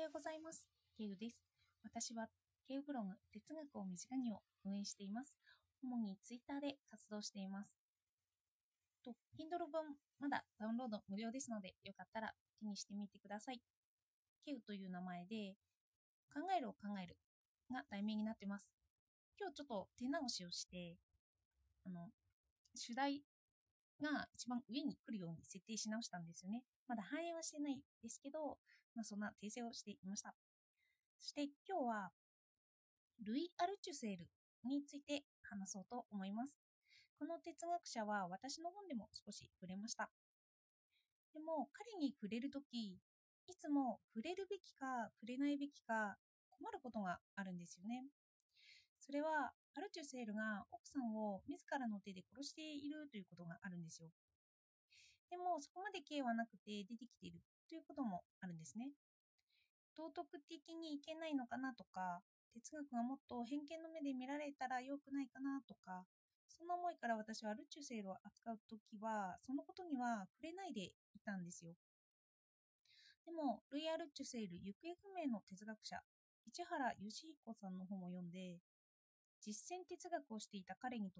ようございます。ケウです。私はケウブログ哲学を身近にを運営しています。主にツイッターで活動しています。Kindle 本まだダウンロード無料ですので、よかったら手にしてみてください。ケウという名前で考えるを考えるが題名になっています。今日ちょっと手直しをして、主題が一番上に来るように設定し直したんですよね。まだ反映はしてないですけど、そんな訂正をしていました。そして今日はルイ・アルチュセールについて話そうと思います。この哲学者は私の本でも少し触れました。でも彼に触れるとき、いつも触れるべきか触れないべきか困ることがあるんですよね。それはアルチュセールが奥さんを自らの手で殺しているということがあるんですよ。でもそこまで刑はなくて出てきているということもあるんですね。道徳的にいけないのかなとか、哲学がもっと偏見の目で見られたら良くないかなとか、そんな思いから私はアルチュセールを扱うときは、そのことには触れないでいたんですよ。でも、ルイ・アルチュセール行方不明の哲学者、市原義彦さんの本を読んで、実践哲学をしていた彼にとって、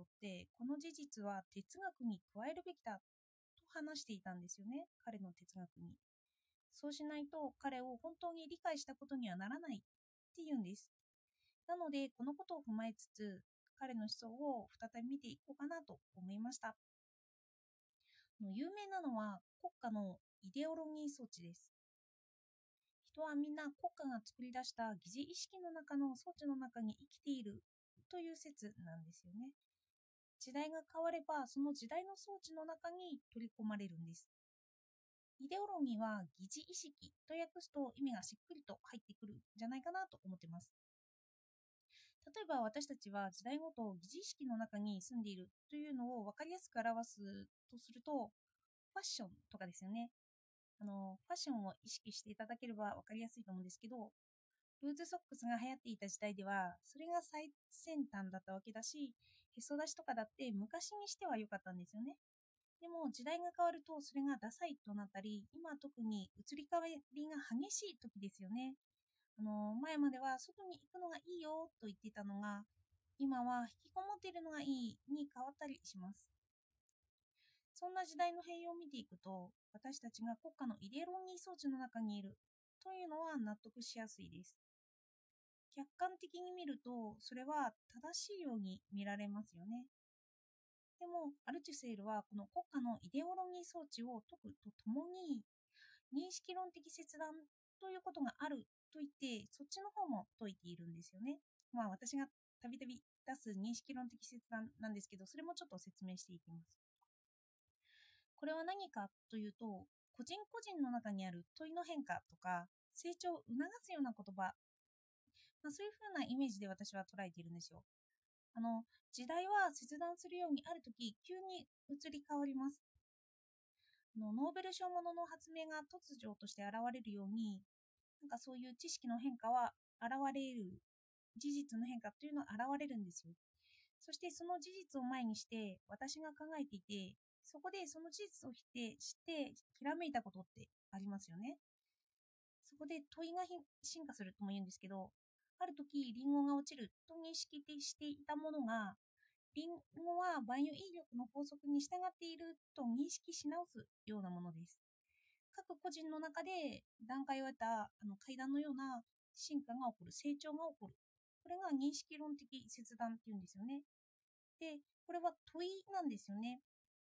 この事実は哲学に加えるべきだと話していたんですよね、彼の哲学に。そうしないと彼を本当に理解したことにはならないっていうんです。なので、このことを踏まえつつ、彼の思想を再び見ていこうかなと思いました。有名なのは国家のイデオロギー装置です。人はみんな国家が作り出した疑似意識の中の装置の中に生きているという説なんですよね。時代が変われば、その時代の装置の中に取り込まれるんです。イデオロギーは疑似意識と訳すと意味がしっくりと入ってくるんじゃないかなと思っています。例えば私たちは時代ごと疑似意識の中に住んでいるというのを分かりやすく表すとすると、ファッションとかですよね。ファッションを意識していただければ分かりやすいと思うんですけど、ルーズソックスが流行っていた時代では、それが最先端だったわけだし、へそ出しとかだって昔にしては良かったんですよね。でも時代が変わるとそれがダサいとなったり、今特に移り変わりが激しい時ですよね。前までは外に行くのがいいよと言っていたのが、今は引きこもっているのがいいに変わったりします。そんな時代の変容を見ていくと、私たちが国家のイデオロギー装置の中にいるというのは納得しやすいです。客観的に見ると、それは正しいように見られますよね。でも、アルチュセールはこの国家のイデオロギー装置を解くとともに、認識論的切断ということがあると言って、そっちの方も解いているんですよね。私がたびたび出す認識論的切断なんですけど、それもちょっと説明していきます。これは何かというと、個人個人の中にある問いの変化とか、成長を促すような言葉、そういうふうなイメージで私は捉えているんですよ。時代は切断するようにある時急に移り変わります。ノーベル賞ものの発明が突如として現れるように、そういう知識の変化は現れる、事実の変化というのは現れるんですよ。そしてその事実を前にして私が考えていて、そこでその事実を否定してひらめいたことってありますよね。そこで問いが進化するとも言うんですけど、ある時リンゴが落ちると認識していたものが、リンゴは万有引力の法則に従っていると認識し直すようなものです。各個人の中で段階を得た階段のような進化が起こる、成長が起こる。これが認識論的切断っていうんですよね。で、これは問いなんですよね。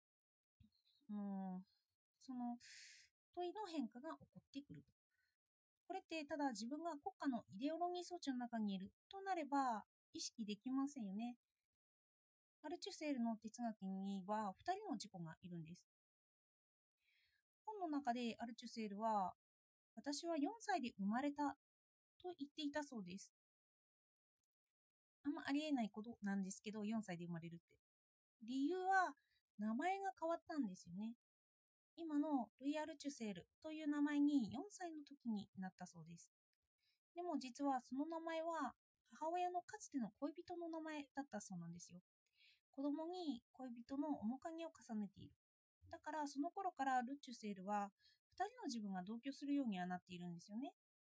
その問いの変化が起こってくると。これってただ自分が国家のイデオロギー装置の中にいるとなれば意識できませんよね。アルチュセールの哲学には2人の自己がいるんです。本の中でアルチュセールは、私は4歳で生まれたと言っていたそうです。あんまありえないことなんですけど、4歳で生まれるって。理由は名前が変わったんですよね。今のルイ・アルチュセールという名前に4歳の時になったそうです。でも実はその名前は母親のかつての恋人の名前だったそうなんですよ。子供に恋人の面影を重ねている。だからその頃からルチュセールは2人の自分が同居するようにはなっているんですよね。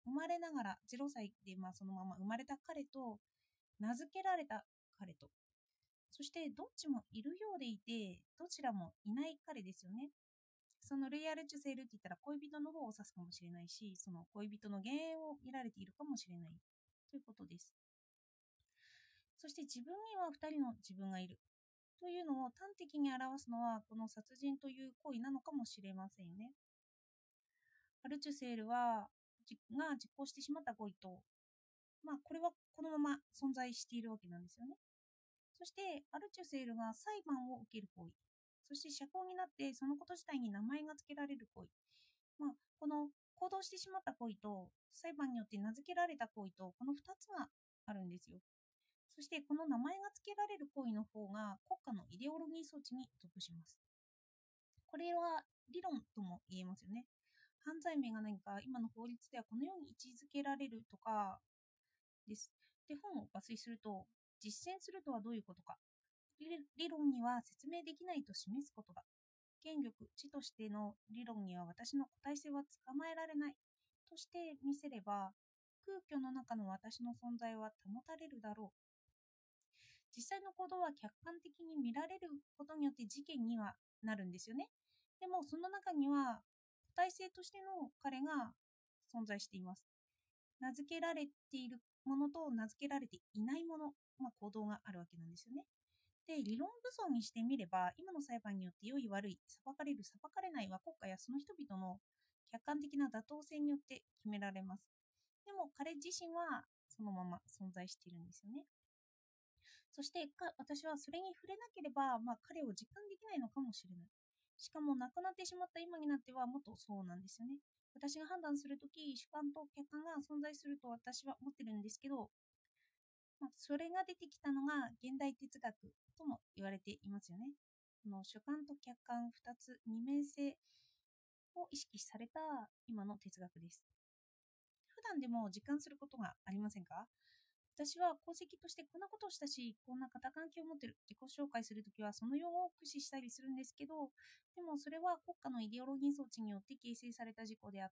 生まれながら0歳でそのまま生まれた彼と、名付けられた彼と、そしてどっちもいるようでいて、どちらもいない彼ですよね。そのルイ・アルチュセールって言ったら恋人の方を指すかもしれないし、その恋人の幻影を見られているかもしれないということです。そして自分には2人の自分がいるというのを端的に表すのはこの殺人という行為なのかもしれませんよね。アルチュセールが実行してしまった行為と、これはこのまま存在しているわけなんですよね。そしてアルチュセールが裁判を受ける行為、そして釈放になってそのこと自体に名前が付けられる行為、この行動してしまった行為と裁判によって名付けられた行為とこの2つがあるんですよ。そしてこの名前が付けられる行為の方が国家のイデオロギー装置に属します。これは理論とも言えますよね。犯罪名が何か今の法律ではこのように位置づけられるとかです。で、本を抜粋すると、実践するとはどういうことか。理論には説明できないと示すことだ。権力、知としての理論には私の個体性は捕まえられないとして見せれば、空虚の中の私の存在は保たれるだろう。実際の行動は客観的に見られることによって事件にはなるんですよね。でもその中には個体性としての彼が存在しています。名付けられているものと名付けられていないもの、行動があるわけなんですよね。で、理論武装にしてみれば、今の裁判によって良い悪い、裁かれる裁かれないは国家やその人々の客観的な妥当性によって決められます。でも彼自身はそのまま存在しているんですよね。そして私はそれに触れなければ、彼を実感できないのかもしれない。しかも亡くなってしまった今になってはもっとそうなんですよね。私が判断するとき、主観と客観が存在すると私は思ってるんですけど、それが出てきたのが現代哲学とも言われていますよね。この主観と客観2つ二面性を意識された今の哲学です。普段でも実感することがありませんか？私は功績としてこんなことをしたし、こんな肩書きを持ってる、自己紹介するときはその用語を駆使したりするんですけど、でもそれは国家のイデオロギー装置によって形成された事故であって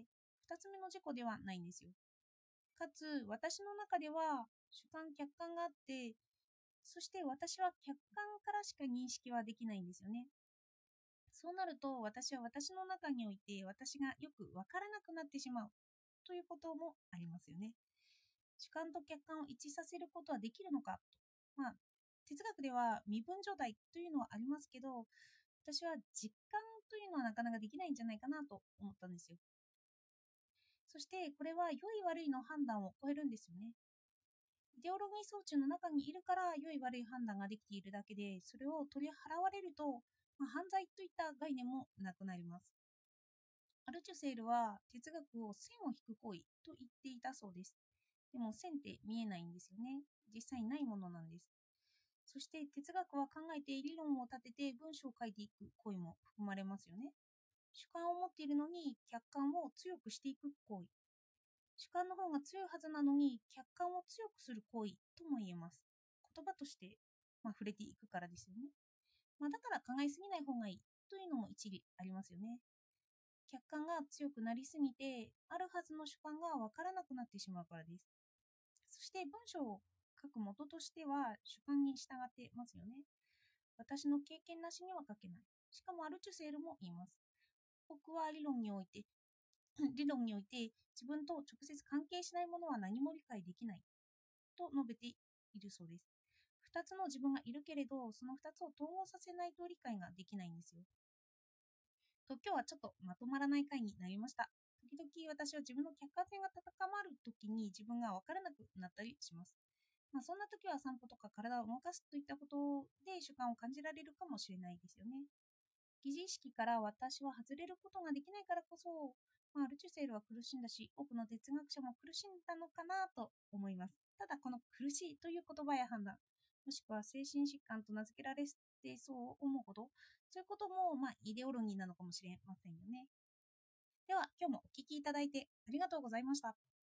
、2つ目の事故ではないんですよ。かつ、私の中では主観、客観があって、そして私は客観からしか認識はできないんですよね。そうなると、私は私の中において私がよくわからなくなってしまうということもありますよね。主観と客観を一致させることはできるのかと。哲学では身分状態というのはありますけど、私は実感というのはなかなかできないんじゃないかなと思ったんですよ。そしてこれは良い悪いの判断を超えるんですよね。イデオロギー装置の中にいるから良い悪い判断ができているだけで、それを取り払われると、犯罪といった概念もなくなります。アルチュセールは哲学を線を引く行為と言っていたそうです。でも線って見えないんですよね。実際ないものなんです。そして哲学は考えて理論を立てて文章を書いていく行為も含まれますよね。主観を持っているのに客観を強くしていく行為。主観の方が強いはずなのに客観を強くする行為とも言えます。言葉として、触れていくからですよね。だから考えすぎない方がいいというのも一理ありますよね。客観が強くなりすぎて、あるはずの主観がわからなくなってしまうからです。そして文章を書く元としては主観に従ってますよね。私の経験なしには書けない。しかもアルチュセールも言います。僕は理論において自分と直接関係しないものは何も理解できないと述べているそうです。2つの自分がいるけれど、その2つを統合させないと理解ができないんですよ。と今日はちょっとまとまらない回になりました。時々私は自分の客観性が高まるときに自分が分からなくなったりします。そんな時は散歩とか体を動かすといったことで主観を感じられるかもしれないですよね。疑似意識から私は外れることができないからこそ、ルチュセールは苦しんだし、多くの哲学者も苦しんだのかなと思います。ただ、この苦しいという言葉や判断、もしくは精神疾患と名付けられてそう思うこと、そういうことも、イデオロギーなのかもしれませんよね。では、今日もお聞きいただいてありがとうございました。